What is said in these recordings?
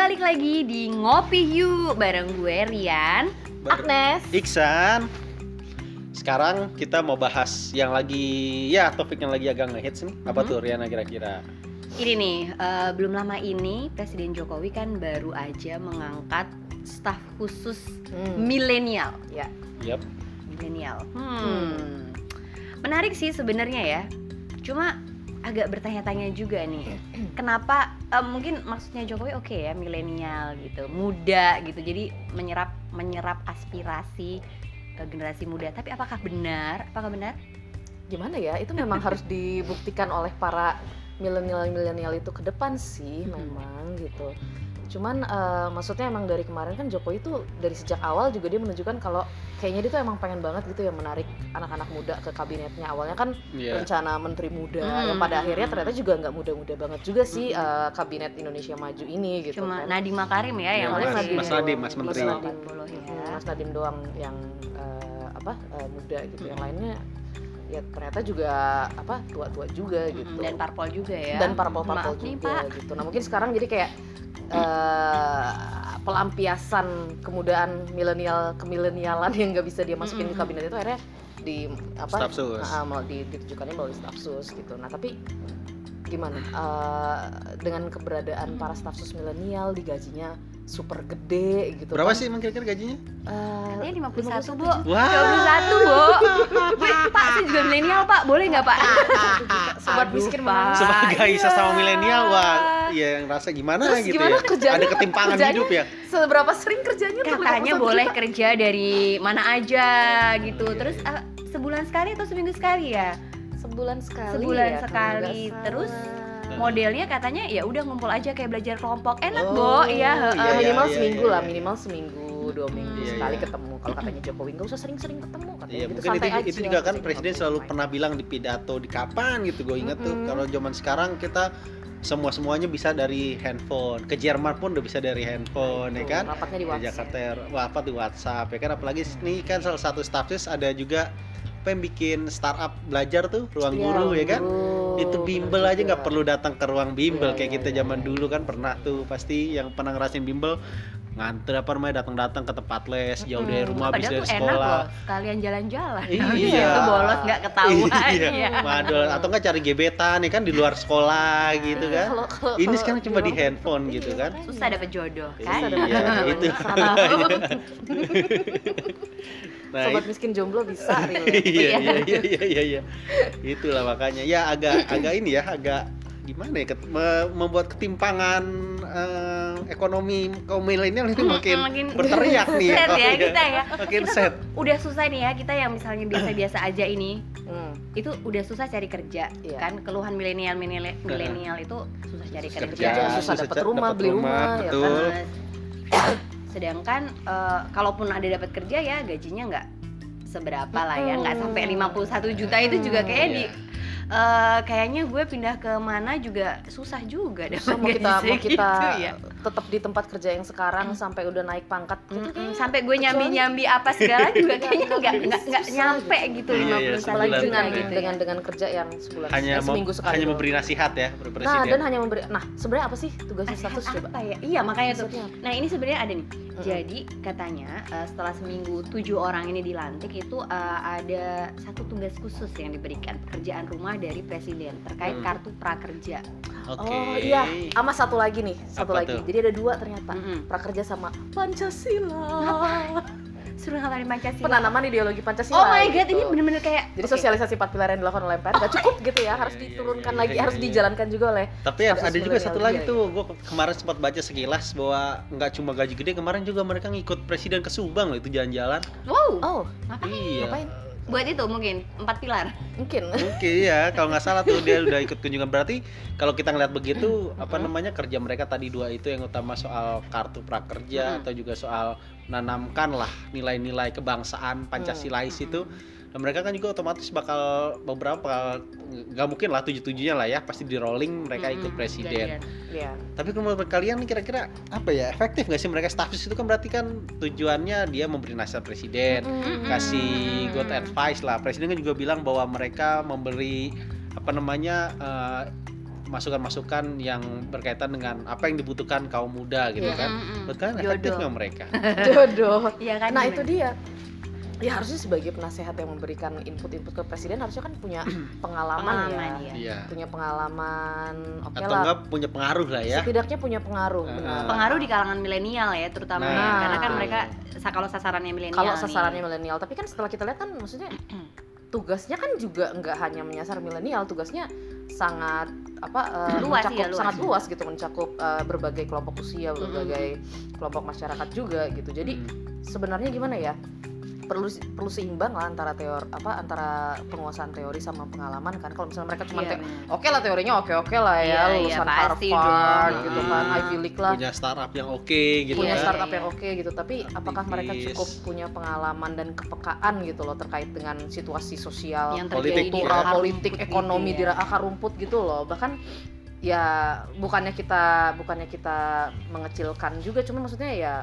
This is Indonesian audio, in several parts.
balik lagi di Ngopi Yuk bareng gue Rian, Agnes, Iksan. Sekarang kita mau bahas yang lagi, topik yang lagi agak ngehits nih. Apa tuh Rian kira-kira? Ini nih, belum lama ini Presiden Jokowi kan baru aja mengangkat staf khusus milenial. Ya. Yap. Milenial. Menarik sih sebenarnya ya. Cuma agak bertanya-tanya juga nih. Kenapa mungkin maksudnya Jokowi oke ya, milenial gitu, muda gitu. Jadi menyerap aspirasi generasi muda. Tapi apakah benar? Gimana ya? Itu memang harus dibuktikan oleh para milenial itu ke depan sih memang gitu. Cuman maksudnya emang dari kemarin kan Jokowi itu dari sejak awal juga dia menunjukkan kalau kayaknya dia tuh emang pengen banget gitu ya menarik anak-anak muda ke kabinetnya. Awalnya kan rencana menteri muda yang pada akhirnya ternyata juga nggak muda-muda banget juga sih kabinet Indonesia Maju ini gitu. Cuma kan. Nadiem Makarim ya yang Mas Nadiem, Mas Menteri. Mas Nadiem doang yang muda gitu. Yang lainnya ya ternyata juga tua-tua juga gitu. Dan parpol juga ya. Dan parpol-parpol juga gitu. Nah mungkin sekarang jadi kayak pelampiasan kemudaan kemilenialan yang nggak bisa dia masukin ke kabinet itu akhirnya ditujukannya melalui stafsus gitu. Nah tapi gimana dengan keberadaan para stafsus milenial digajinya super gede gitu. Berapa kan? sih emang kira-kira gajinya? Katanya 51 Bu. Wah. 51 Bu. Pak, saya juga milenial Pak, boleh nggak Pak? Sobat miskin Pak. Sebagai sesama milenial, wah, ya yang rasa gimana Terus gitu gimana ya. Ada ketimpangan hidup ya. Seberapa sering kerjanya? Katanya boleh kerja dari mana aja gitu. Terus sebulan sekali atau seminggu sekali ya? Sebulan sekali. Terus modelnya katanya ya udah ngumpul aja kayak belajar kelompok. Enak iya, minimal iya, seminggu iya. lah, minimal seminggu 2 minggu sekali ketemu. Kalau katanya Jokowi nggak usah sering-sering ketemu katanya gitu, mungkin santai aja. itu juga kan presiden selalu pernah bilang di pidato di kapan gitu. Gue inget tuh kalau zaman sekarang kita semuanya bisa dari handphone. Ke Jerman pun udah bisa dari handphone, ya kan? Rapatnya di Jakarta, di WhatsApp, ya kan? Apalagi ini kan salah satu stafsus ada juga yang bikin startup belajar tuh ruang guru ya kan. Itu bimbel aja nggak perlu datang ke ruang bimbel kayak kita zaman dulu kan pernah tuh pasti yang pernah ngerasain bimbel nganter datang ke tempat les jauh dari rumah habis dari sekolah. Enak loh, sekalian jalan-jalan. Iya. Itu bolos nggak ketahuan. Iya. Madol atau nggak cari gebetan ya kan di luar sekolah gitu kan. Ini sekarang cuma di handphone gitu kan. Susah dapet jodoh kan. Iya, itu. Nah, sobat miskin jomblo bisa iya. Itulah makanya ya agak ini ya agak gimana ya membuat ketimpangan ekonomi kaum milenial ini makin berteriak nih set ya kita ya. Makin kita set. Udah susah nih ya kita yang misalnya biasa-biasa aja ini. Itu udah susah cari kerja kan, keluhan milenial itu susah cari kerja, susah dapat rumah, beli rumah ya kan. Sedangkan kalaupun ada dapat kerja ya gajinya nggak seberapa lah ya, nggak sampai 51 juta itu juga kayak kayaknya gue pindah ke mana juga susah juga deh. Mau kita gitu, ya. Tetap di tempat kerja yang sekarang sampai udah naik pangkat sampai gue nyambi apa segala juga kayaknya nggak nyampe gitu 51 juta gitu dengan kerja yang sebulan seminggu sekali hanya memberi nasihat ya presiden. Sebenarnya apa sih tugasnya status coba? Apa ya? Iya makanya tuh. Nah ini sebenarnya ada nih. Jadi katanya setelah seminggu 7 orang ini dilantik itu ada satu tugas khusus yang diberikan, pekerjaan rumah dari presiden terkait kartu prakerja. Oh iya, sama satu lagi nih, Tuh? Jadi ada 2 ternyata, prakerja sama Pancasila. Suruh ngapalin Pancasila. Penanaman ideologi Pancasila. Oh my god, gitu. ini bener-bener kayak jadi sosialisasi 4 pilar yang dilakukan oleh MPR gak cukup gitu ya, harus diturunkan lagi, harus dijalankan juga oleh. Tapi ada juga satu lagi tuh, gue kemarin sempat baca sekilas bahwa nggak cuma gaji gede, kemarin juga mereka ngikut presiden ke Subang loh itu jalan-jalan. Wow. Ngapain? Buat itu mungkin 4 pilar. Mungkin ya, kalau nggak salah tuh dia udah ikut kunjungan. Berarti kalau kita ngeliat begitu kerja mereka tadi 2 itu yang utama soal kartu prakerja atau juga soal menanamkan lah nilai-nilai kebangsaan Pancasilais itu. Dan mereka kan juga otomatis bakal nggak mungkin lah 7-7-nya lah ya pasti di rolling mereka ikut presiden. Tapi kalau menurut kalian nih kira-kira apa ya, efektif nggak sih mereka stafsus itu kan berarti kan tujuannya dia memberi nasihat presiden, kasih good advice lah. Presiden kan juga bilang bahwa mereka memberi masukan-masukan yang berkaitan dengan apa yang dibutuhkan kaum muda gitu kan. Menurut kalian efektif Jodoh. nggak mereka? Jodoh. Iya kan? Nah gimana? itu dia. Ya harusnya sebagai penasehat yang memberikan input-input ke presiden harusnya kan punya pengalaman ya. Iya. Punya pengalaman, oke Atau lah. enggak punya pengaruh lah ya. Setidaknya punya pengaruh. benar. Pengaruh di kalangan milenial ya terutama Nah, ya. Karena kan betul. mereka kalau sasarannya milenial. Kalau nih. sasarannya milenial, tapi kan setelah kita lihat kan maksudnya tugasnya kan juga nggak hanya menyasar milenial, tugasnya sangat Luas, mencakup iya, luas. sangat luas gitu, mencakup berbagai kelompok usia, berbagai kelompok masyarakat juga gitu. Jadi sebenarnya gimana ya? Perlu seimbang lah antara antara penguasaan teori sama pengalaman kan. Kalau misalnya mereka cuma Iya, kayak benar. oke lah teorinya oke lah ya, Iya, lulusan pasti Harvard dong. gitu kan, Ivy League lah, Punya startup yang oke gitu punya kan. startup Iya, yang oke gitu, tapi apakah mereka Aktivis. cukup punya pengalaman dan kepekaan gitu loh terkait dengan situasi sosial, Yang Politik, terjadi di kultural, akar politik, rumput ekonomi gitu di ya. akar rumput gitu loh. Bahkan ya bukannya kita mengecilkan juga, cuma maksudnya ya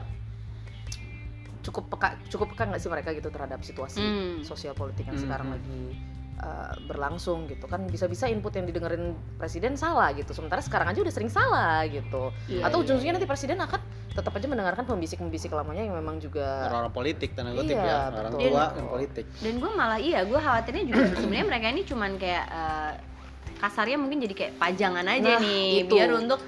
cukup peka nggak sih mereka gitu terhadap situasi sosial politik yang sekarang lagi berlangsung gitu kan. Bisa-bisa input yang didengerin presiden salah gitu, sementara sekarang aja udah sering salah gitu. Iya, Atau iya, ujung-ujungnya iya. nanti presiden akan tetap aja mendengarkan pembisik-pembisik lamanya yang memang juga Orang-orang politik tanda kutip Iya, ya, orang betul. tua dan politik. Dan gue malah gue khawatirnya juga sebenarnya mereka ini cuman kayak kasarnya mungkin jadi kayak pajangan aja Nah, nih itu. biar untuk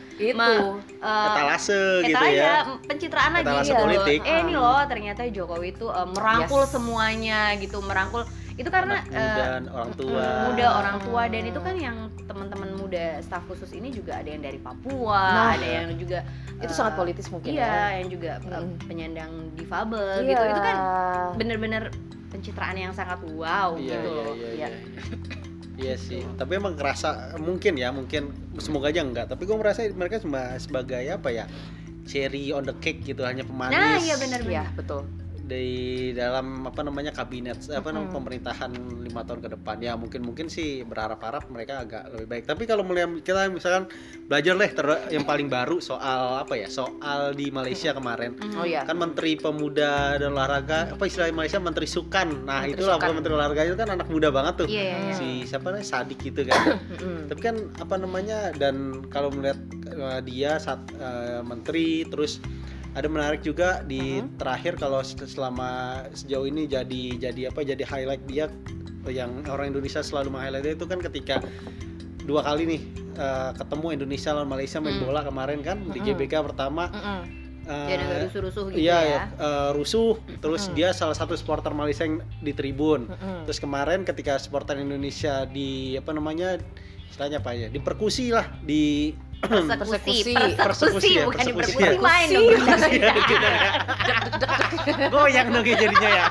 Etalase gitu etalase ya. pencitraan lagi Etalase gitu. politik. Ini loh ternyata Jokowi itu merangkul Yes. semuanya gitu, merangkul itu karena Anak muda dan orang tua. muda orang tua, dan itu kan yang teman-teman muda staf khusus ini juga ada yang dari Papua, Nah, ada yang juga itu sangat politis mungkin iya, ya. yang juga penyandang difabel Iya. gitu. Itu kan bener-bener pencitraan yang sangat wow Iya, gitu iya, loh. iya, Iya. iya. Iya sih, tapi emang ngerasa mungkin semoga aja enggak, tapi gue merasa mereka cuma sebagai apa ya, cherry on the cake gitu, hanya pemanis. Nah, iya benar. Iya, betul. Di dalam kabinet pemerintahan 5 tahun ke depan ya, mungkin sih berharap mereka agak lebih baik. Tapi kalau melihat kita misalkan belajar yang paling baru soal soal di Malaysia kemarin, Oh iya. kan Menteri Pemuda dan Olahraga istilahnya Malaysia Menteri Sukan. Nah Menteri itulah Sukan. Menteri Olahraga itu kan anak muda banget tuh. Iya. Si siapa namanya Sadik gitu kan. Tapi kan dan kalau melihat dia saat menteri, terus ada menarik juga di terakhir kalau selama sejauh ini jadi highlight dia, yang orang Indonesia selalu meng-highlight itu kan ketika 2 kali nih ketemu Indonesia lawan Malaysia main bola kemarin kan di GBK pertama. Jadi agak rusuh-rusuh gitu iya, ya. rusuh. Terus dia salah satu supporter Malaysia yang di tribun. Terus kemarin ketika supporter Indonesia istilahnya apa ya? Diperkusi lah, Persekusi ya, bukan persekusi dipersekusi ya. main dong. Iya, gitu ya. Goyang dong kayak jadinya ya.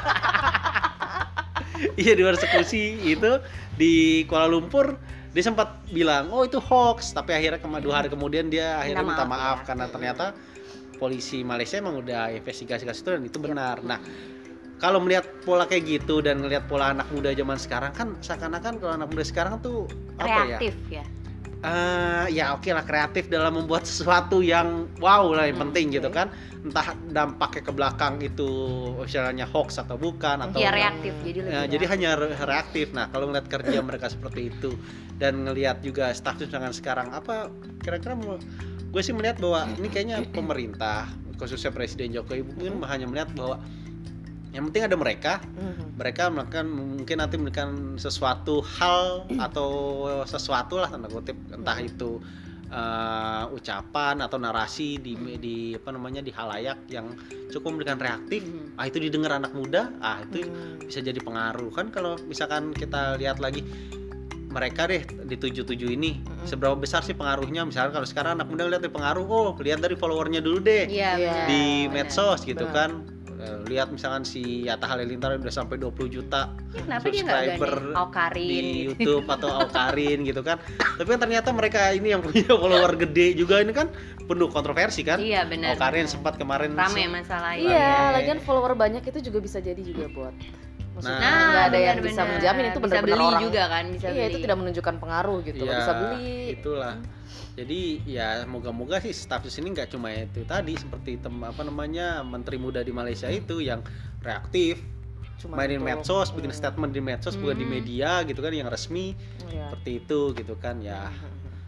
Iya, di persekusi itu di Kuala Lumpur. Dia sempat bilang, oh itu hoax, tapi akhirnya 2 hari kemudian dia akhirnya minta maaf karena ternyata polisi Malaysia emang udah investigasi kasus itu dan itu benar. Nah, kalau melihat pola kayak gitu dan ngelihat pola anak muda zaman sekarang kan seakan-akan kalau anak muda sekarang tuh Kreatif ya. Ya oke lah, kreatif dalam membuat sesuatu yang wow lah, yang penting gitu kan. Entah dampaknya ke belakang itu misalnya hoax atau bukan, atau Iya, reaktif jadi lebih. jadi hanya reaktif. Nah kalau ngeliat kerja mereka seperti itu dan ngelihat juga status dengan sekarang, apa kira-kira gue sih melihat bahwa ini kayaknya pemerintah khususnya Presiden Jokowi mungkin hanya melihat bahwa yang penting ada mereka melakukan mungkin nanti memberikan sesuatu hal atau sesuatu lah tanda kutip, entah itu ucapan atau narasi di halayak yang cukup memberikan reaktif, itu didengar anak muda, itu bisa jadi pengaruh kan. Kalau misalkan kita lihat lagi mereka deh di 77 ini seberapa besar sih pengaruhnya. Misalnya kalau sekarang anak muda lihat dari pengaruh, lihat dari followernya dulu deh di medsos gitu kan. Lihat misalkan si Atta Halilintar udah sampai 20 juta kenapa dia nggak subscriber gandeng Awkarin di YouTube atau Awkarin gitu kan. Tapi kan ternyata mereka ini yang punya follower gede juga, ini kan penuh kontroversi kan. Iya benar. Awkarin sempat kemarin rame masalah ini. Iya, lagian follower banyak itu juga bisa jadi juga buat. Maksudnya nggak ada yang bisa menjamin itu benar-benar beli orang juga kan, bisa iya, beli. itu tidak menunjukkan pengaruh gitu, Ya, bisa beli. Itulah. Jadi ya moga-moga sih status ini nggak cuma itu tadi seperti Menteri Muda di Malaysia itu yang reaktif, Cuma mainin itu. medsos, bikin statement di medsos bukan di media gitu kan yang resmi, Iya. seperti itu gitu kan ya.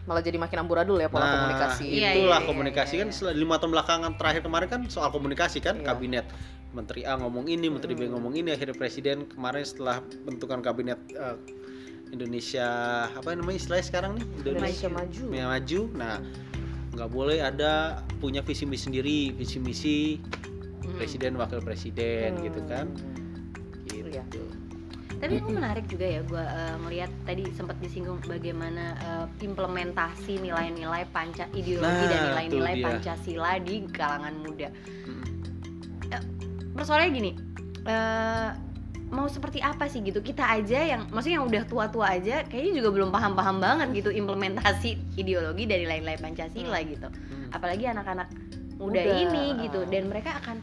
malah jadi makin amburadul ya pola komunikasi. Itulah Iya, komunikasi iya, kan 5 tahun belakangan terakhir kemarin kan soal komunikasi kan, Iya. kabinet Menteri A ngomong ini, Menteri B ngomong ini, akhirnya Presiden kemarin setelah bentukan kabinet Indonesia apa namanya istilahnya sekarang nih, Indonesia maju. maju. Nah, nggak boleh ada punya visi misi sendiri, visi misi presiden wakil presiden gitu kan. Gitu. Iya. Tapi itu menarik juga ya, gue melihat tadi sempat disinggung bagaimana implementasi nilai-nilai ideologi dan Nah, nilai-nilai itu dia. Pancasila di kalangan muda. Mm. Persoalannya gini, mau seperti apa sih gitu? Kita aja yang, maksudnya yang udah tua-tua aja, kayaknya juga belum paham-paham banget gitu implementasi ideologi dari nilai-nilai Pancasila gitu. Apalagi anak-anak muda ini gitu, dan mereka akan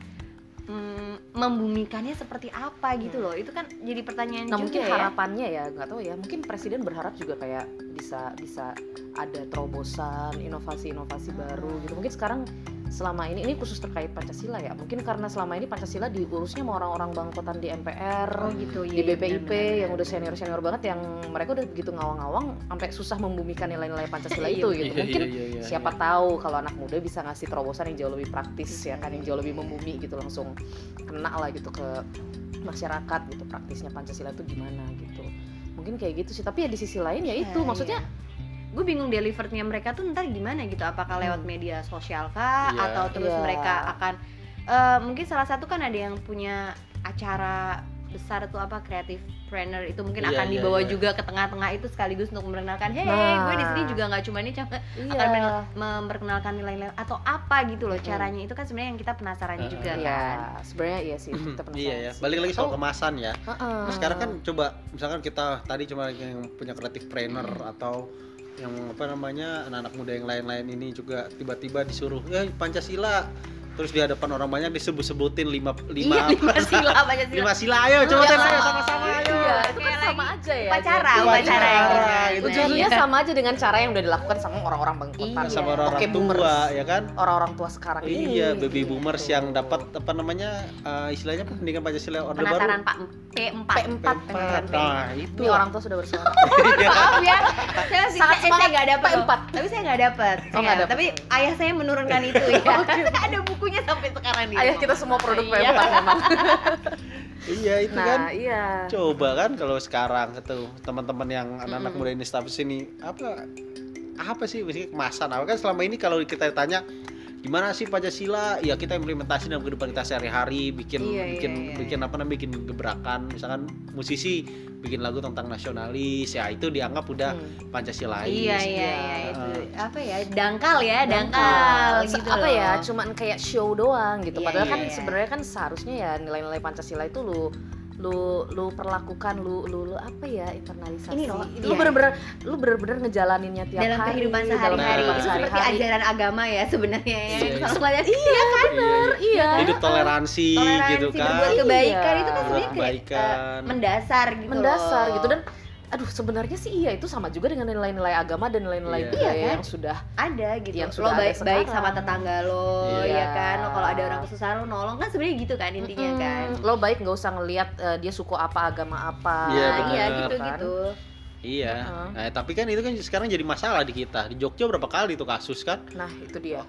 membumikannya seperti apa gitu loh. Itu kan jadi pertanyaan Nah juga mungkin ya. harapannya ya nggak tahu ya, mungkin presiden berharap juga kayak bisa ada terobosan inovasi baru gitu. Mungkin sekarang selama ini khusus terkait Pancasila ya, mungkin karena selama ini Pancasila diurusnya sama orang-orang bangkotan di MPR, gitu, di iya, BPIP benar-benar. yang udah senior banget, yang mereka udah begitu ngawang-ngawang sampai susah membumikan nilai-nilai Pancasila itu gitu. Mungkin siapa tahu kalau anak muda bisa ngasih terobosan yang jauh lebih praktis ya kan, yang jauh lebih membumi gitu, langsung kena lah gitu ke masyarakat gitu, praktisnya Pancasila itu gimana gitu. Mungkin kayak gitu sih, tapi ya di sisi lain ya itu maksudnya gue bingung deliverednya mereka tuh ntar gimana gitu, apakah lewat media sosial kah, Iya. atau terus Iya. mereka akan mungkin salah satu kan ada yang punya acara besar tuh apa, creative planner itu mungkin Iya, akan iya, dibawa iya. juga ke tengah-tengah itu sekaligus untuk memperkenalkan, hey Nah. gue di sini juga nggak cuma ini, akan memperkenalkan nilai-nilai atau apa gitu loh caranya. Itu kan sebenarnya yang kita penasaran juga ya kan. sebenarnya iya sih kita penasaran Iya ya, sih. balik lagi soal Oh, kemasan ya. heeh. Nah, sekarang kan coba misalkan kita tadi cuma yang punya creative planner atau yang apa namanya anak-anak muda yang lain-lain ini juga tiba-tiba disuruh Pancasila, terus di hadapan orang banyak disebut-sebutin lima Iya, lima sila Pancasila. lima sila, ayo coba Iya. ayo sama-sama ayo. Iya, itu Kayak kan sama aja ya. upacara Jadi, upacara yang gitu. ujungnya sama aja dengan cara yang udah dilakukan sama orang-orang bangkotan. Iya. Sama orang Oke, tua boomers. ya kan. Orang-orang tua sekarang ini. Iya, baby boomers Gitu. yang dapat apa namanya istilahnya pendidikan Pancasila Orde Baru. penataran Pak P4. P4. Nah, itu. Ini orang tua sudah bersuara. Maaf ya, Sangat saya semangat, nggak dapat P4. tapi saya nggak dapat. Oh, nggak dapet. Tapi ayah saya menurunkan itu ya. Ada bukunya sampai sekarang di Ayah rumah. kita semua produk Iya. P4 memang. Iya, itu kan. Nah, iya. Coba kan kalau sekarang itu teman-teman yang anak-anak muda ini status ini apa sih mesti kemasan apa kan selama ini kalau kita tanya gimana sih Pancasila, ya kita implementasi dalam kehidupan kita sehari-hari, bikin apa namanya, bikin gebrakan, misalkan musisi bikin lagu tentang nasionalis, ya itu dianggap udah Pancasilais. Iya itu apa ya, dangkal gitu apa loh. ya, cuman kayak show doang gitu. Iya, Padahal kan iya. sebenarnya kan seharusnya ya nilai-nilai Pancasila itu lu perlakukan, lu apa ya, internalisasi. Ini loh, Lu iya. bener-bener ngejalaninnya tiap dalam hari kehidupan dalam sehari-hari kehidupan itu seperti sehari-hari. ajaran agama ya sebenarnya ya. Iya. Kalau ngeliat Iya. Hidup toleransi gitu kan. berbuat kebaikan Iya. itu kan sebenarnya kayak Kebaikan. mendasar gitu Mendasar loh. gitu. Dan aduh sebenarnya sih iya, itu sama juga dengan nilai-nilai agama dan Iya. nilai-nilai budaya Iya, kan? yang sudah ada gitu, yang lo sudah ada baik sekarang. sama tetangga lo, Iya. ya kan, lo kalau ada orang kesusahan lo nolong, kan sebenarnya gitu kan intinya kan. lo baik nggak usah ngelihat dia suku apa, agama apa. Iya, Nah, benar. iya kan? gitu. Iya. Heeh. Nah, tapi kan itu kan sekarang jadi masalah di kita. Di Jogja berapa kali tuh kasus kan? Nah itu dia.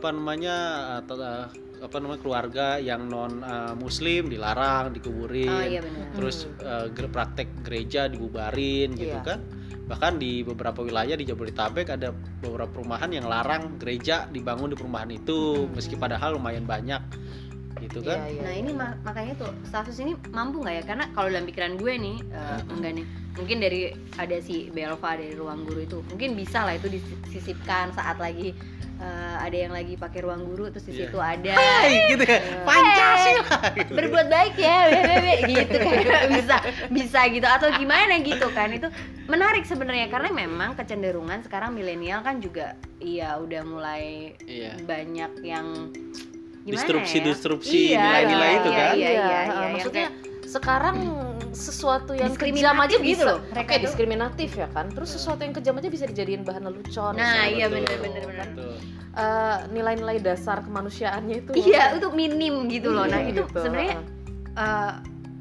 Apa namanya keluarga yang non muslim dilarang dikuburin. Oh iya benar. Terus praktek gereja dibubarin gitu Iya. kan. Bahkan di beberapa wilayah di Jabodetabek ada beberapa perumahan yang larang gereja dibangun di perumahan itu, meski padahal lumayan banyak gitu kan. Iya, Nah ini makanya tuh status ini mampu nggak ya? Karena kalau dalam pikiran gue nih, enggak nih. Mungkin dari ada si Belva dari ruang guru itu, mungkin bisa lah itu disisipkan saat lagi ada yang lagi pakai ruang guru, terus di Iya. situ ada Hai gitu ya. Pancasila gitu. berbuat baik ya, gitu kan, bisa gitu atau gimana gitu kan. Itu menarik sebenarnya karena memang kecenderungan sekarang milenial kan juga iya udah mulai Iya. banyak yang gimana Disrupsi ya? nilai-nilai itu kan. Iya, maksudnya yang sekarang sesuatu yang kejam diskriminatif aja gitu bisa. loh, mereka Oke, tuh. diskriminatif ya kan. Terus sesuatu yang kejam aja bisa dijadiin bahan lelucon. Nah, misalnya. iya Betul. bener. Betul. Nilai-nilai dasar kemanusiaannya itu. Iya, itu minim gitu loh. Nah, Iya, itu gitu. sebenarnya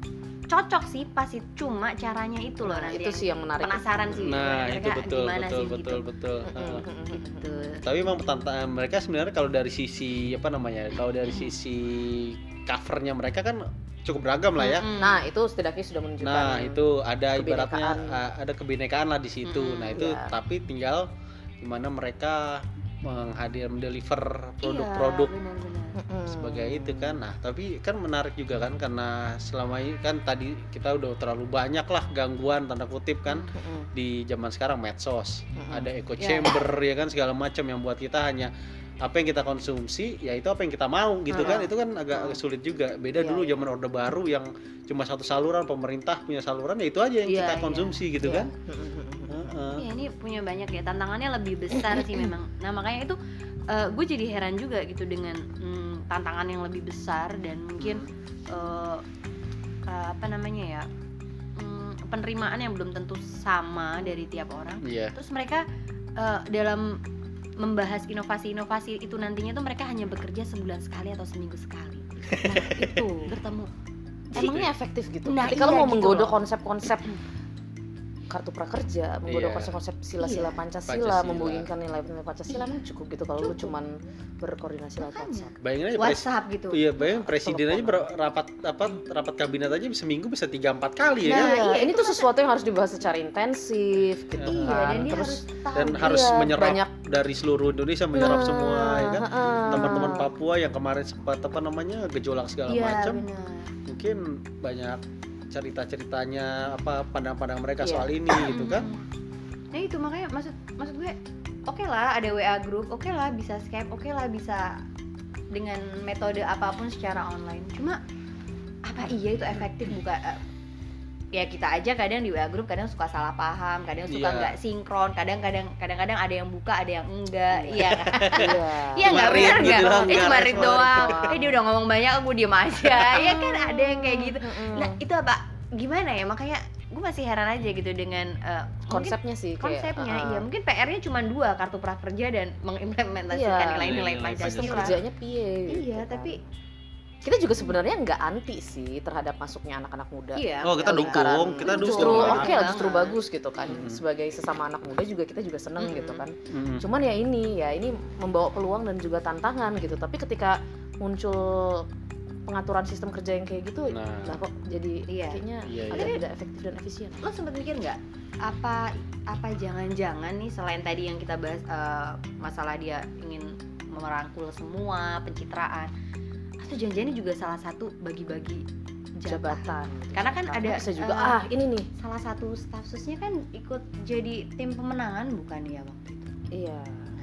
cocok sih pasti, cuma caranya itu loh Nah, nanti itu sih yang menarik. penasaran sih Nah, mereka itu betul gimana betul sih betul gitu. betul. Gitu. Tapi memang tantangan mereka sebenarnya kalau dari sisi apa namanya? Kalau dari sisi covernya mereka kan cukup beragam lah ya. Nah, itu setidaknya sudah menunjukkan. Nah, itu ada ibaratnya kebinekaan. ada kebinekaan lah di situ. Nah, itu Iya. tapi tinggal gimana mereka mendeliver Iya, produk-produk benar-benar. sebagai itu kan. Nah, tapi kan menarik juga kan karena selama ini kan tadi kita udah terlalu banyak lah gangguan tanda kutip kan di zaman sekarang medsos. Ada echo chamber ya kan segala macam yang buat kita hanya apa yang kita konsumsi ya itu apa yang kita mau gitu kan. Itu kan agak sulit juga. Beda dulu zaman Orde Baru yang cuma satu saluran, pemerintah punya saluran ya itu aja yang kita konsumsi gitu kan. Ya ini punya banyak ya, tantangannya lebih besar sih memang. Nah makanya itu gue jadi heran juga gitu dengan tantangan yang lebih besar dan mungkin apa namanya ya, penerimaan yang belum tentu sama dari tiap orang. Terus mereka dalam membahas inovasi-inovasi itu nantinya tuh mereka hanya bekerja sebulan sekali atau seminggu sekali. Nah itu bertemu. Emangnya efektif gitu? Nah, Ketika lo iya mau gitu menggoda loh. konsep-konsep kartu prakerja, menggoda konsep-konsep sila-sila Pancasila, membuyingkan nilai-nilai Pancasila kan cukup gitu kalau lu cuman berkoordinasi lewat WhatsApp. Bayangin aja WhatsApp gitu. Iya, bayangin presiden aja rapat kabinet aja seminggu bisa 3-4 kali ya kan. Iya, ini tuh sesuatu yang harus dibahas secara intensif gitu Iya, kan. dan dia Terus harus tahu. Dan harus menyerap banyak dari seluruh Indonesia menyerap semua ya kan. Heeh. Teman-teman Papua yang kemarin sempat apa namanya gejolak segala macam. Benar. Mungkin banyak cerita-ceritanya apa pandang-pandang mereka Iya. soal ini gitu kan. Nah itu makanya maksud gue oke lah ada WA group, oke lah bisa Skype, oke lah bisa dengan metode apapun secara online. Cuma apa iya itu efektif buka ya kita aja kadang di WA group kadang suka salah paham, kadang suka Iya. nggak sinkron, kadang-kadang ada yang buka, ada yang enggak, iya kan? Iya. Iya nggak Kemarin benar gitu nggak? doang, nggak Kemarin respon. doang. Dia udah ngomong banyak, aku diem aja. Ya kan ada yang kayak gitu. Nah itu apa? Gimana ya? Makanya gue masih heran aja gitu dengan Konsepnya sih kayak konsepnya. Iya mungkin PR-nya cuma 2, kartu prakerja dan mengimplementasikan Iya. nilai-nilai Nilai-nilai sistem Pancasila. kerjanya piye Iya, gitu kan. tapi kita juga sebenarnya nggak anti sih terhadap masuknya anak-anak muda. iya. Oh, kita Lingkaran. dukung, kita justru dukung. oke lah, justru Banget. bagus gitu kan. Sebagai sesama anak muda juga kita juga seneng gitu kan. Mm. Cuman ya ini membawa peluang dan juga tantangan gitu. Tapi ketika muncul pengaturan sistem kerja yang kayak gitu, Nah. lah kok jadi Iya. kayaknya Iya, agak iya. tidak efektif dan efisien. Lo sempet mikir nggak apa jangan-jangan nih selain tadi yang kita bahas masalah dia ingin merangkul semua pencitraan, atau jangan-jangan ini juga salah satu bagi-bagi jabatan. Jabatan gitu. Karena kan ada bisa juga ini nih. salah satu staf susnya kan ikut jadi tim pemenangan bukan ya waktu itu. Iya.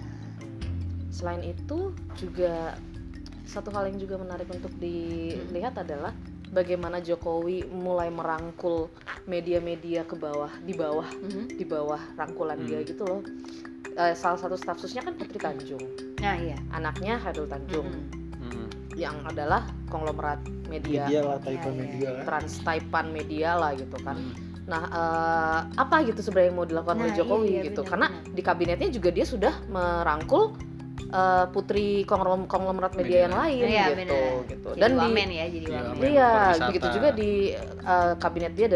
Selain itu juga satu hal yang juga menarik untuk dilihat adalah bagaimana Jokowi mulai merangkul media-media ke bawah, di bawah rangkulan dia gitu loh. Salah satu staf susnya kan Putri Tanjung, Nah iya. anaknya Hairul Tanjung, Mm-mm. yang adalah konglomerat media, lah, Taipan Iya, media lah. Trans Taipan Media lah gitu kan. Nah, apa gitu sebenarnya yang mau dilakukan oleh Nah, Jokowi iya, gitu? benar, Karena benar. di kabinetnya juga dia sudah merangkul putri konglomerat media yang lain Iya, gitu, benar. gitu. Jadi Dan wamen ya, jadi Iya, wamen. wamen. iya, Pariwisata. begitu juga di kabinet dia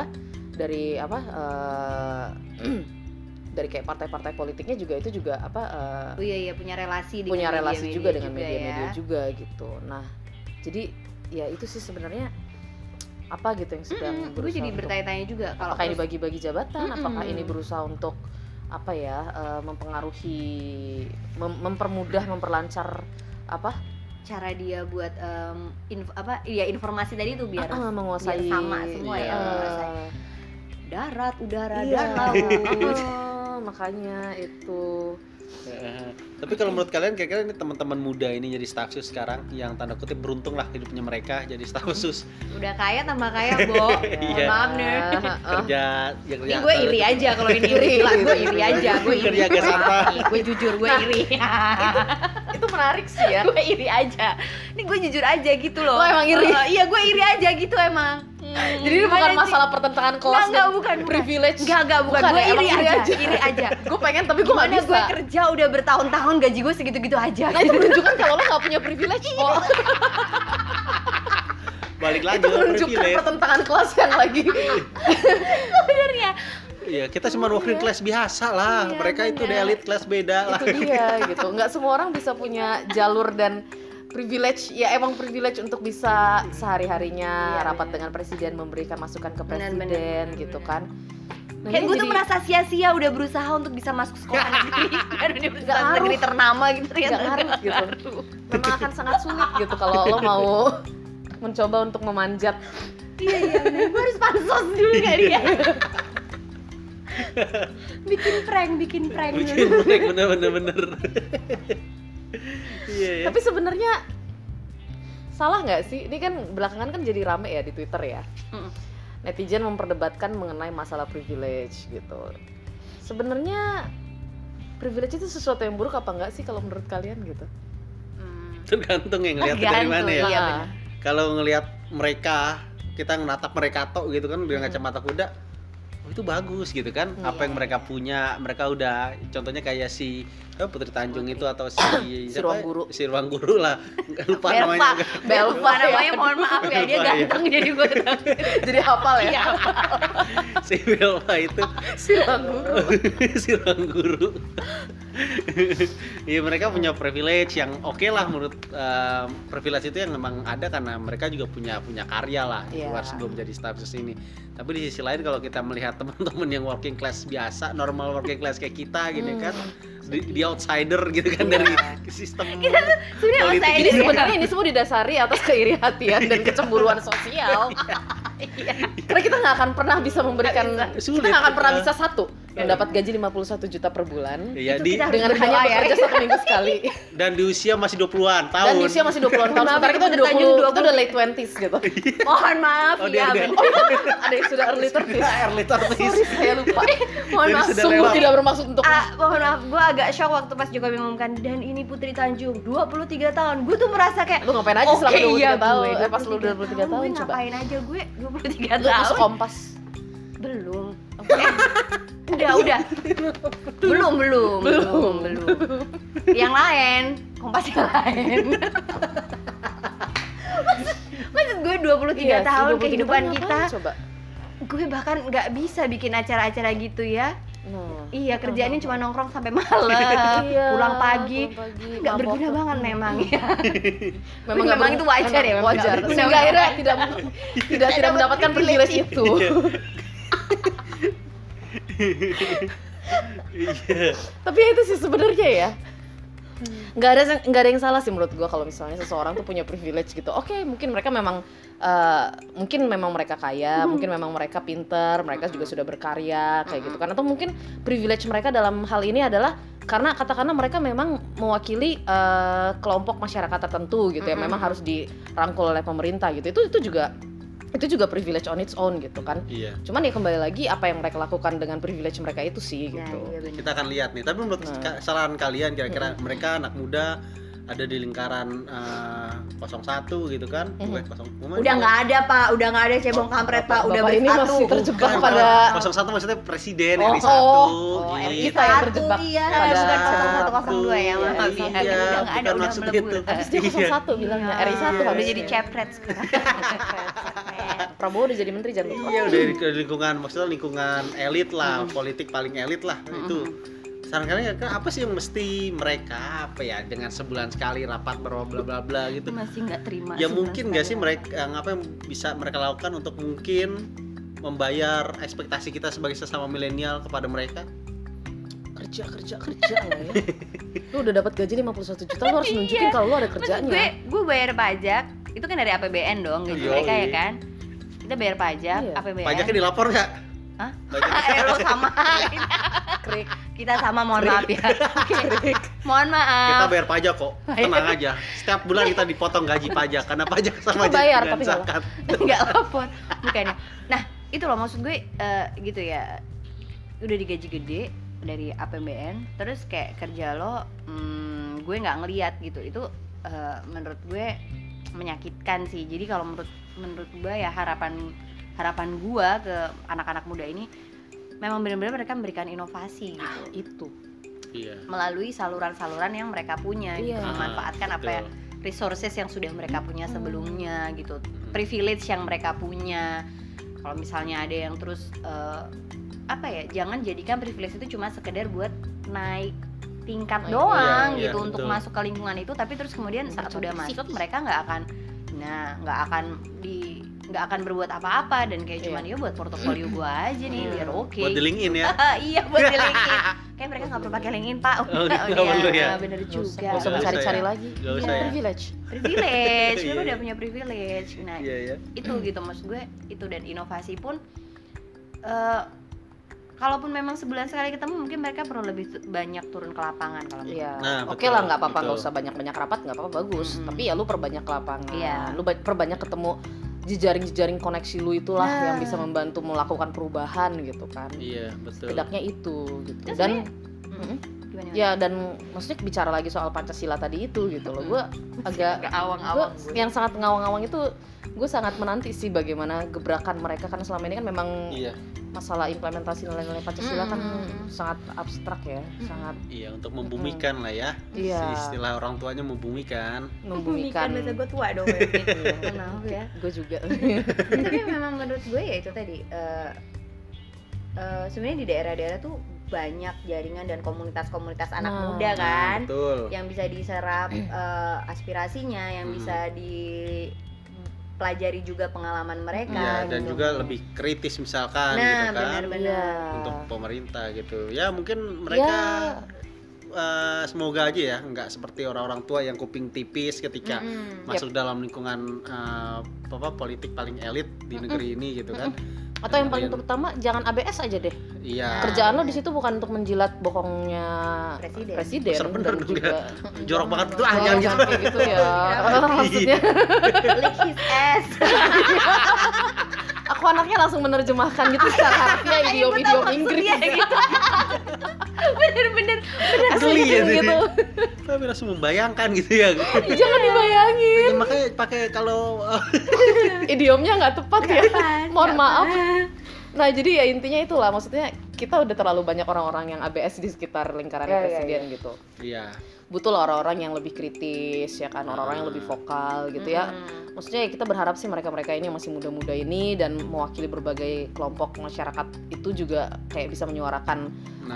dari kayak partai-partai politiknya juga itu juga Oh iya punya relasi dengan punya relasi media-media juga dengan media-media ya. juga gitu. Nah, jadi ya itu sih sebenarnya apa gitu yang sedang Gue berusaha jadi untuk bertanya-tanya juga kalau apakah ini terus- bagi-bagi jabatan, apakah Mm-mm. ini berusaha untuk apa ya mempengaruhi, memperlancar apa cara dia buat informasi tadi tuh biar menguasai biar sama semua Iya. ya, menguasai darat, udara, iya. dan laut. Makanya itu Tapi kalau menurut kalian kira-kira ini teman-teman muda ini jadi staf sus sekarang yang tanda kutip beruntung lah hidupnya mereka jadi staf sus Udah kaya tambah kaya, Bo. Mohon Iya. maaf nih. kerja ya Ini gue iri aja kalau ini gila, gue iri aja, gue iri. Kerja agak santai. Gue jujur, gue iri. itu menarik sih ya. Gue iri aja. Ini gue jujur aja gitu loh. Lo emang iri? Iya, gue iri aja gitu emang. Jadi ini bukan masalah pertentangan kelas Enggak, dan bukan. privilege. Enggak, bukan. Bukan Gue ya, emang iri aja, iri aja. Gue pengen tapi gue nggak Gimana bisa. gue kerja udah bertahun-tahun gaji gue segitu-gitu aja. Nah itu menunjukkan kalau lo nggak punya privilege kok. balik lagi Itu ke menunjukkan privilege. pertentangan kelas yang lagi. Sebenarnya Iya, kita cuma working class biasa lah. Iya, Mereka itu bener. udah elite class beda lah. Itu dia gitu. Nggak semua orang bisa punya jalur dan privilege, ya emang privilege untuk bisa sehari-harinya Iya, rapat bener. dengan presiden, memberikan masukan ke Bener, presiden bener, gitu bener. kan. Nah, kayak ini gue tuh jadi merasa sia-sia udah berusaha untuk bisa masuk sekolah negeri dan universitas Nggak negeri ngaruh. ternama gitu ternyata nggak ngaruh nggak gitu. ngaruh. Memang akan sangat sulit gitu kalau lo mau mencoba untuk memanjat. Iya bener. Gue harus pansos dulu kali ya. bikin prank Bikin dulu. break bener. Iya ya. Tapi sebenarnya salah nggak sih? Ini kan belakangan kan jadi rame ya di Twitter ya. Mm. Netizen memperdebatkan mengenai masalah privilege gitu. Sebenarnya privilege itu sesuatu yang buruk apa enggak sih kalau menurut kalian gitu? Tergantung yang ngeliat dari Tergantung, mana ya. iya, Nah, bener. Kalau ngelihat mereka, kita ngenatap mereka tok gitu kan dengan kacamata kuda, oh, itu bagus gitu kan. Apa yang mereka punya, mereka udah contohnya kayak si Putri Tanjung itu atau si Si Ruang Guru. Si Ruang Guru lah. Nggak lupa Belva, namanya. Belva namanya, mohon maaf ya, dia Belva, iya. ganteng jadi gue jadi hafal ya. Iya. Si Belva itu Si Ruang Guru. si Ruang Guru. Iya, mereka punya privilege yang oke lah menurut privilege itu yang memang ada karena mereka juga punya karya lah di Iya. luar sebelum jadi status ini. Tapi di sisi lain kalau kita melihat teman-teman yang working class biasa, normal working class kayak kita gini kan, di outsider gitu kan dari sistem Sebenarnya politik outsider Jadi ya. sebenarnya ini semua didasari atas keiri hatian dan kecemburuan sosial. Karena kita nggak akan pernah bisa memberikan, Sulit. kita nggak akan pernah bisa satu mendapat gaji 51 juta per bulan ya, Itu kita harus dengan hanya berdoa ya. bekerja 1 minggu sekali. dan di usia masih 20-an tahun. Dan di usia masih 20-an tahun. Sementara kita udah 20, kita udah late 20s gitu. Mohon maaf Oh, ya. dia- bener. Ada yang sudah early 30s. early 30s. Sorry, saya lupa. Mohon Jadi maaf. sudah Sungguh lewat. tidak bermaksud untuk Mohon maaf, gue agak shock waktu pas Jokowi mengumumkan dan ini Putri Tanjung 23 tahun. Gue tuh merasa kayak lu ngapain aja selama 23 iya, tahun. gue Pas lu 23 tahun gue coba. ngapain aja gue 23 Lu masuk tahun. Kompas. Belum. Udah. Belum. Yang lain, Kompas yang lain. Maksud gue 23 Iya sih, tahun 23 kehidupan tahun kita. ngapain coba. Gue bahkan nggak bisa bikin acara-acara gitu ya. Nah. Iya, kerjaannya cuma nongkrong sampai malam, Iya, pulang pagi. pulang pagi, Nggak mabok. berguna banget memang ya. Memang Memang itu wajar ya, memang wajar. nggak berguna Sehingga banget. akhirnya tidak mendapatkan privilege itu. Iya. Tapi itu sih sebenarnya ya. Nggak ada yang salah sih menurut gua kalau misalnya seseorang tuh punya privilege gitu. Oke, mungkin mereka memang mereka kaya, mungkin memang mereka pinter, mereka juga sudah berkarya kayak gitu kan. Atau mungkin privilege mereka dalam hal ini adalah karena katakanlah mereka memang mewakili kelompok masyarakat tertentu gitu ya, memang harus dirangkul oleh pemerintah gitu. Itu juga privilege on its own gitu kan. Iya. Cuman ya kembali lagi apa yang mereka lakukan dengan privilege mereka itu sih Nah, gitu. iya bener. Kita akan lihat nih. Tapi menurut kesalahan kalian kira-kira mereka anak muda ada di lingkaran 01 gitu kan? Udah nggak ada Pak, udah nggak ada cebong kampret Pak, udah Bapak ini bersatu. masih terjebak Bukan, pada 01 maksudnya presiden Oh, RI 1. Oh, gitu. kita yang terjebak iya, pada bukan 0102 ya, maaf ya. Iya, Udah nggak ada, bukan udah maksud melebur. itu. habis dia 01 bilangnya RI 1 Udah habis jadi cepret sekarang. Prabowo udah jadi menteri jangan lupa. Iya, udah di lingkungan, maksudnya lingkungan elit lah, politik paling elit lah. Itu saran kalian apa sih yang mesti mereka dengan sebulan sekali rapat bla bla bla gitu. Masih nggak terima. Ya sih, mungkin Mas, nggak sih saya. mereka apa yang bisa mereka lakukan untuk mungkin membayar ekspektasi kita sebagai sesama milenial kepada mereka? Kerja lah ya. Lu udah dapat gaji 51 juta, lu harus nunjukin kalau lu ada Maksud kerjanya. gue bayar pajak itu kan dari APBN dong gaji Yoi. mereka ya kan. Kita bayar pajak, Iya. APBN. Pajaknya dilapor nggak? Hah? Pajak- Lo sama. Krik. Kita sama, mohon maaf ya. Mohon maaf. Kita bayar pajak kok, tenang aja. Setiap bulan kita dipotong gaji pajak karena pajak sama Kita bayar, dengan tapi nggak zakat. Nggak lapor bukannya. Nah itu loh maksud gue gitu ya, udah digaji gede dari APBN terus kayak kerja lo gue nggak ngelihat gitu. Itu menurut gue menyakitkan sih. Jadi kalau menurut gue ya harapan gue ke anak-anak muda ini memang benar-benar mereka memberikan inovasi gitu Itu. Iya. melalui saluran-saluran yang mereka punya gitu, Iya. memanfaatkan apa ya Betul. resources yang sudah mereka punya sebelumnya gitu. privilege yang mereka punya. Kalau misalnya ada yang terus jangan jadikan privilege itu cuma sekedar buat naik tingkat doang iya, gitu untuk betul. masuk ke lingkungan itu, tapi terus kemudian saat udah masuk mereka nggak akan berbuat apa-apa dan kayak cuman ya buat portofolio gua aja nih biar oke. Buat di LinkedIn ya. Iya, buat di LinkedIn. Kayak mereka nggak perlu pakai LinkedIn, Pak. nggak perlu ya? Bener juga. Gak usah Nggak mencari-cari usah ya. lagi. Nggak usah ya. Privilege. Privilege, Iya, mereka udah iya. punya privilege. Nah, Iya. itu gitu maksud gue, itu. Dan inovasi pun kalaupun memang sebulan sekali ketemu mungkin mereka perlu lebih banyak turun ke lapangan kalau menurut Iya. Nah, Oke betul, lah, nggak apa-apa, betul. nggak usah banyak-banyak rapat, nggak apa-apa, bagus. Tapi ya lu perbanyak ke lapangan. Iya. Lu perbanyak ketemu jejaring-jejaring koneksi lu itulah Nah. yang bisa membantu melakukan perubahan gitu kan. Iya, betul. Setidaknya itu gitu. Terus Dan gimana? ya dan maksudnya bicara lagi soal Pancasila tadi itu gitu loh. Gue agak awang-awang gue yang sangat ngawang-ngawang itu, gue sangat menanti sih bagaimana gebrakan mereka, karena selama ini kan memang Iya. masalah implementasi nilai-nilai Pancasila kan Mm. sangat abstrak ya, sangat Iya, untuk membumikan lah ya. Iya. Istilah orang tuanya membumikan. membumikan. bahasa gue tua dong berarti. Maaf ya. Gue juga. Tapi memang menurut gue ya itu tadi sebenarnya di daerah-daerah tuh banyak jaringan dan komunitas-komunitas anak Nah. muda kan Betul. yang bisa diserap aspirasinya, yang bisa dipelajari juga pengalaman mereka Iya, dan gitu. juga lebih kritis misalkan Nah, gitu kan. benar-benar. Untuk pemerintah gitu. Ya, mungkin mereka semoga aja ya nggak seperti orang-orang tua yang kuping tipis ketika masuk dalam lingkungan politik paling elit di negeri ini gitu kan. Atau yang paling terutama jangan ABS aja deh. Iya. Kerjaan lo di situ bukan untuk menjilat bokongnya Presiden. Besar bener dan dong juga jorok banget tuh Oh, jangan gitu. jangan kayak gitu ya. Maksudnya Lick his ass. aku anaknya langsung menerjemahkan gitu secara harfiah idiom-idiom Inggris gitu. Bener-bener Asli ya gitu. Tapi langsung membayangkan gitu ya. Jangan dibayangin. Ya, makanya pakai kalau Idiomnya nggak tepat ya. Mohon nggak maaf. Nah, jadi ya intinya itulah, maksudnya kita udah terlalu banyak orang-orang yang ABS di sekitar lingkaran presiden gitu. iya. Butuh lah orang-orang yang lebih kritis ya kan, orang-orang yang lebih vokal gitu ya. Maksudnya ya kita berharap sih mereka-mereka ini yang masih muda-muda ini dan mewakili berbagai kelompok masyarakat itu juga kayak bisa menyuarakan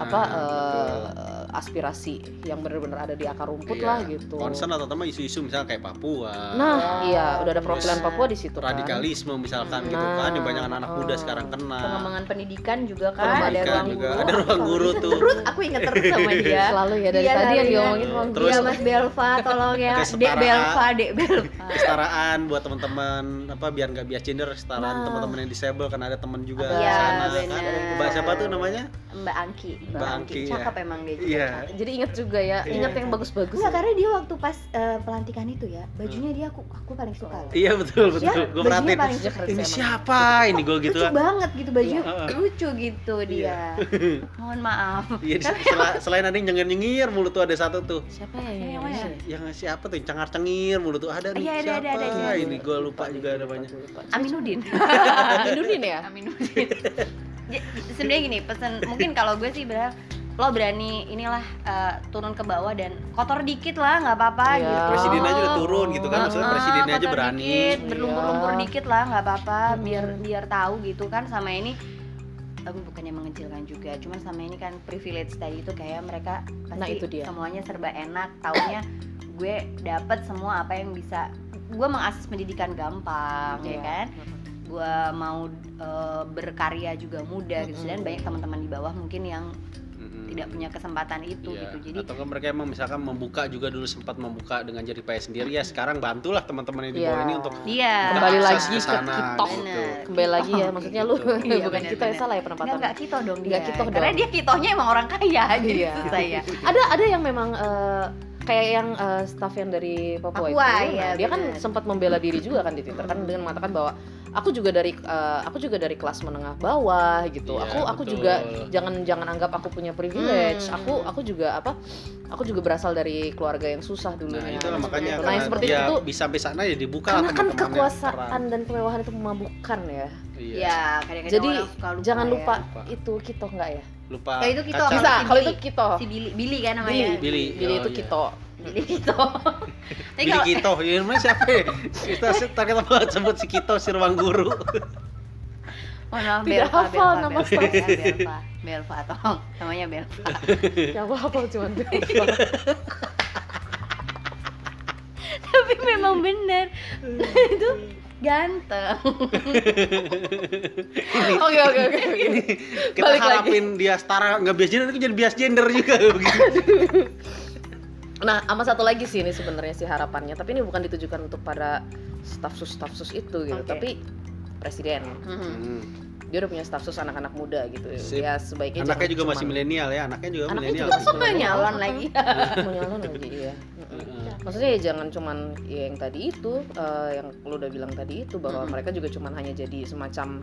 aspirasi yang benar-benar ada di akar rumput Iya. lah gitu. Concern atau tema isu-isu misalnya kayak Papua. Nah, iya udah ada perwakilan Papua di situ kan. Radikalisme misalkan gitu kan, yang banyak anak muda sekarang kena. pengembangan pendidikan juga kan, ada Pendidikan ruang juga, guru. ada ruang guru tuh. Terus aku inget terus sama dia. Selalu ya dari Iya, tadi yang selalu diomongin ya. ruang Terus- Iya Mas Belva, tolong ya. Kesetaraan. Dek Belva. Kesetaraan buat teman-teman biar nggak bias gender, kesetaraan teman-teman yang disable kan ada teman juga di Iya, sana benar. kan. Mbak siapa tuh namanya? Mbak Angki. Mbak Angki, ya. Cakep emang dia juga. Iya. Jadi inget juga ya, inget yang bagus-bagus. Enggak, karena dia waktu pas pelantikan itu ya, bajunya dia aku paling suka loh. Iya betul. Ya, Gue bajunya perhatiin. paling Sejak suka. keren Ini sih emang. siapa? Ini gue gitu Lucu kan. banget gitu bajunya, Iya. lucu gitu dia. Mohon maaf. Iya, selain ada yang nyengir-nyengir mulu tuh ada satu tuh. Siapa ya yang Yang mana? Indonesia? Yang siapa tuh? Cengar-cengir mulu tuh ada nih. Iya, ada, siapa? ada. Ini gue lupa juga namanya. Aminuddin. Aminuddin ya? Aminuddin. Sebenarnya gini, pesan mungkin kalau gue sih benar lo berani inilah turun ke bawah dan kotor dikit lah nggak apa-apa Iya. gitu. Presiden aja udah turun gitu kan, maksudnya presidennya aja kotor berani. dikit, berlumpur-lumpur Iya. dikit lah nggak apa-apa, biar tahu gitu kan sama ini. Tapi bukannya mengecilkan juga, cuma sama ini kan privilege tadi itu kayak mereka pasti Nah, itu dia. semuanya serba enak, taunya gue dapet semua apa yang bisa, gue mengakses pendidikan gampang ya Iya. kan, gue mau berkarya juga mudah gitu, dan banyak teman-teman di bawah mungkin yang tidak punya kesempatan itu Iya. gitu. Jadi Atau kan mereka emang misalkan membuka juga dulu sempat membuka dengan jerih payah sendiri ya, sekarang bantulah teman-teman yang di bawah Iya. ini untuk dia Kembali akses lagi ke ke sana, Kitok. gitu. Kembali lagi ya, maksudnya lu Iya, bukan kita ya, benar-benar. salah ya penempatan. nggak kito dong dia, Nggak kitoh karena dong. dia kitohnya emang orang kaya jadi Iya. saya. Ada yang memang kayak yang staff yang dari Papua, Papua, itu, iya, dia kan benar. sempat membela diri juga kan di Twitter kan dengan mengatakan bahwa aku juga dari kelas menengah bawah gitu. Iya, aku betul. juga jangan anggap aku punya privilege. Aku juga berasal dari keluarga yang susah dulunya. Nah, itulah makanya Nah, yang seperti dia itu bisa sampai sana ya dibuka karena lah kan teman-temannya. kekuasaan dan kemewahan itu memabukkan ya. Iya. Ya, kadang-kadang Jadi orang suka lupa jangan ya. lupa Lupa. itu Kito enggak ya? Lupa. Ya, itu Kito. kacang. Bisa, si kalau Billy. itu Kito. Si Billy kan namanya. Billy. Billy Oh, itu iya. Kito. Billy Kito. Tapi Billy kalau Kito, ya namanya siapa ya? Kita terkata banget sebut si Kito, si ruang guru. mohon maaf, Tidak hafal nama staff. Belva, tolong, namanya Belva. Ya aku hafal cuman Belva. Tapi memang benar itu ganteng. Oke. Kita Balik harapin dia setara nggak bias gender, itu jadi bias gender juga begitu. Nah, sama satu lagi sih ini sebenarnya sih harapannya, tapi ini bukan ditujukan untuk para staf sus itu gitu, Oke. tapi presiden. Dia udah punya staf sus anak-anak muda gitu. Sip. Ya sebaiknya Anaknya jangan juga masih cuman- milenial ya, anaknya juga Anaknya milenial. juga sih. masih milenial. Nyalon lagi. Mau nyalon lagi iya. Maksudnya ya jangan cuman ya yang tadi itu yang lu udah bilang tadi itu bahwa mereka juga cuman hanya jadi semacam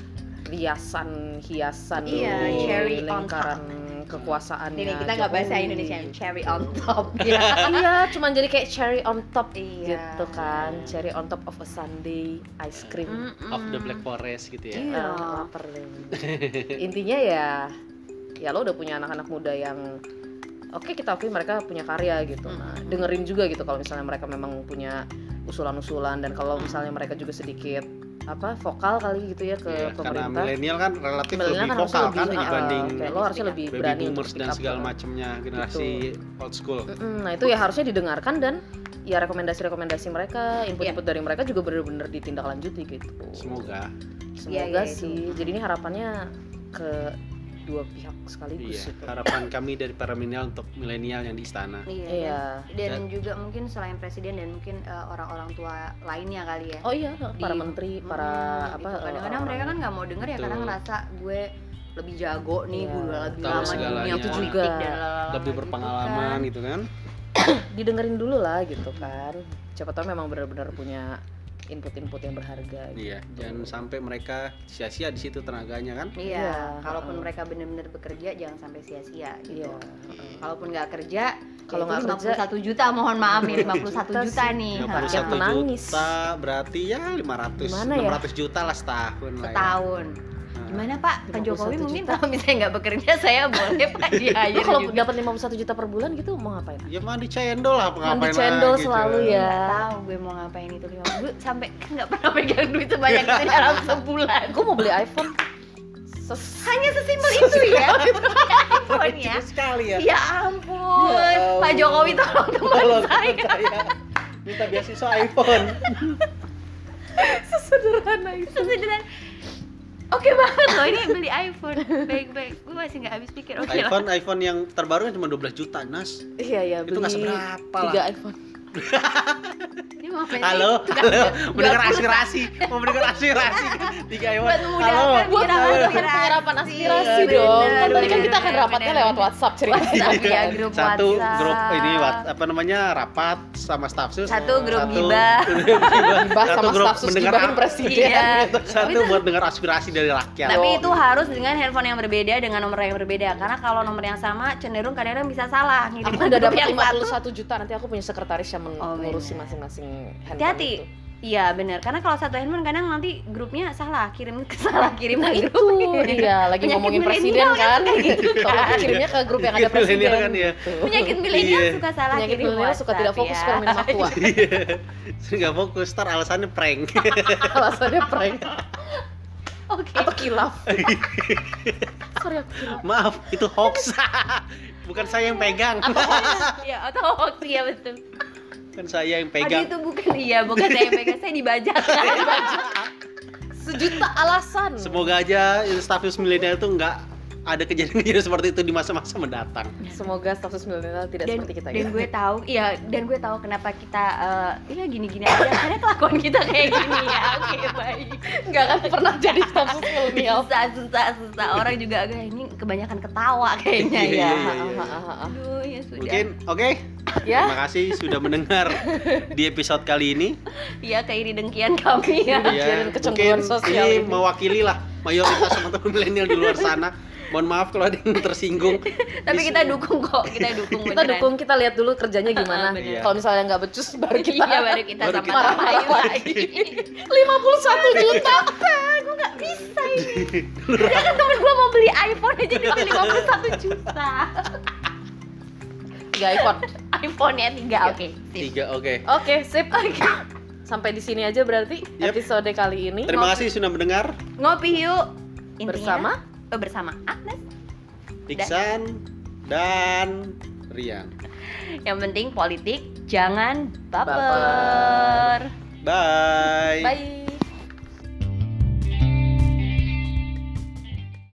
hiasan Iya, di cherry on lingkaran kekuasaannya. Ini kita nggak bahasa Jokowi. Indonesia, cherry on top ya. Iya, cuman jadi kayak cherry on top Iya. gitu kan, cherry on top of a sundae ice cream. Of the Black Forest gitu ya. Iya. Lapar deh. Intinya ya lo udah punya anak-anak muda yang oke, kita akui mereka punya karya gitu. Nah, dengerin juga gitu kalau misalnya mereka memang punya usulan-usulan, dan kalau misalnya mereka juga sedikit vokal kali gitu ya ke Iya, karena pemerintah. milenial kan relatif Milenial lebih kan harusnya vokal lebih, kan dibanding kayak lo harusnya lebih baby berani boomers untuk dan speak up, segala macamnya generasi old school. Nah itu ya harusnya didengarkan, dan ya rekomendasi mereka, input-input dari mereka juga benar-benar ditindaklanjuti gitu. Semoga. Semoga Iya, sih. Jadi ini harapannya ke dua pihak sekaligus Iya, gitu. harapan kami dari para milenial untuk milenial yang di istana. Iya. Dan juga mungkin selain presiden dan mungkin orang-orang tua lainnya kali ya. Oh iya, para Di- menteri, para gitu. Kadang-kadang mereka kan nggak mau denger ya, karena Betul. ngerasa gue lebih jago nih, Iya, gue udah lebih tahu lama di segalanya. dunia Itu politik juga. dan lalala Lebih gitu berpengalaman kan. gitu kan. didengerin dulu lah gitu kan. Siapa tahu memang benar-benar punya input-input yang berharga. Gitu. Iya, jangan sampai mereka sia-sia di situ tenaganya kan. Iya, Iya, kalaupun mereka benar-benar bekerja jangan sampai sia-sia gitu. Iya. Kalaupun nggak kerja, Kalau ya nggak itu kerja- 51 juta, mohon maaf nih, 51 Juta juta sih. nih. Rakyat 51 menangis. juta berarti ya 500 Gimana ya? 600 juta lah setahun lah ya. Setahun. Gimana Pak? Pak 51 Jokowi mungkin juta. kalau misalnya nggak bekerja, saya boleh Pak Lo di-hire kalau juga. dapat 51 juta per bulan gitu mau ngapain? Ya mandi cendol lah, ngapain Mandi cendol lagi, selalu coy. ya. Nggak tahu gue mau ngapain itu 50. Gue sampai nggak pernah pegang duit sebanyak itu dalam sebulan. Gue mau beli iPhone. Hanya sesimpel itu ya. iPhone ya. Lucu sekali ya. Ya ampun. Ya Pak Jokowi tolong Tolong teman saya. saya minta beasiswa iPhone. Sesederhana itu. Sesederhana. Oke banget loh, ini beli iPhone. Baik-baik. Gue masih nggak habis pikir. Oke lah. iPhone yang terbaru cuma 12 juta, Nas. Iya, Itu nggak seberapa lah. 3 iPhone. Ini mau apa sih? Halo, Tukang halo, mendengar 20 aspirasi, mau mendengar aspirasi. 3 iPhone. Buat Halo. memudahkan Buat kita memudahkan penyerapan aspirasi Bener, dong. Kan tadi kan bener, kita akan rapatnya bener. lewat WhatsApp ceritanya. Iya, grup Satu WhatsApp. grup ini apa namanya rapat sama staf sus. Satu grup Satu gibah. Bahas Satu sama grup staf sus mendengar gibahin presiden. Iya. Satu buat dengar aspirasi dari rakyat. Tapi itu harus dengan handphone yang berbeda, dengan nomor yang berbeda. Karena kalau nomor yang sama cenderung kadang-kadang bisa salah ngirim Aku udah grup dapat yang satu. 51 juta, nanti aku punya sekretaris yang Oh, mengurusi bener. masing-masing handphone. Hati-hati. itu. Iya benar, karena kalau satu handphone kadang nanti grupnya salah, kirim kirim Nah ke itu grup. iya, lagi Penyakit ngomongin milenial presiden kan kayak gitu Kalau kan. aku kirimnya ke grup yang ada Penyakit presiden milenial kan ya. gitu. Penyakit milenial Iya. suka salah Penyakit kirim milenial suka WhatsApp, tidak fokus ya. kalau minum aqua. Nggak fokus, ntar alasannya prank. Alasannya prank Oke. atau kilaf. Sorry aku kilaf. Maaf, itu hoax. Bukan saya yang pegang. Iya, atau hoax ya betul. Kan saya yang Aduh pegang. itu bukan saya yang pegang, saya dibajak. Sejuta alasan. Semoga aja status milenial itu nggak ada kejadian-kejadian seperti itu di masa-masa mendatang. Semoga status milenial tidak dan, seperti kita dan ya. gue tahu dan gue tahu kenapa kita ya gini-gini aja karena kelakuan kita kayak gini ya. Oke baik. Nggak akan pernah jadi status milenial. susah orang juga agak ini kebanyakan ketawa kayaknya Iya, ya. iya, iya. Aduh ya sudah. Mungkin oke. Ya. Terima kasih sudah mendengar di episode kali ini. Ya keiri dengkian kami ya. Pikirin kecemburuan mungkin sosial ini ini. mewakili lah mayoritas teman-teman milenial di luar sana. Mohon maaf kalau ada yang tersinggung. Tapi kita dukung kok, kita dukung Kita beneran. dukung, kita lihat dulu kerjanya gimana. Bener. Kalau misalnya nggak becus baru kita. Iya baru kita Baru sama kita tambahin marah lagi. 51 juta. Gue nggak bisa ini. Udah kan temen gue mau beli iPhone aja cuma 51 juta. 3 iPhone. iPhone-nya 3, oke. Sip. 3, oke. Oke, sip. Sampai di sini aja berarti episode kali ini. Terima kasih sudah mendengar. Ngopi yuk. Bersama bersama Agnes. Iksan dan Rian. Yang penting politik jangan Baper. baper. Bye. Bye.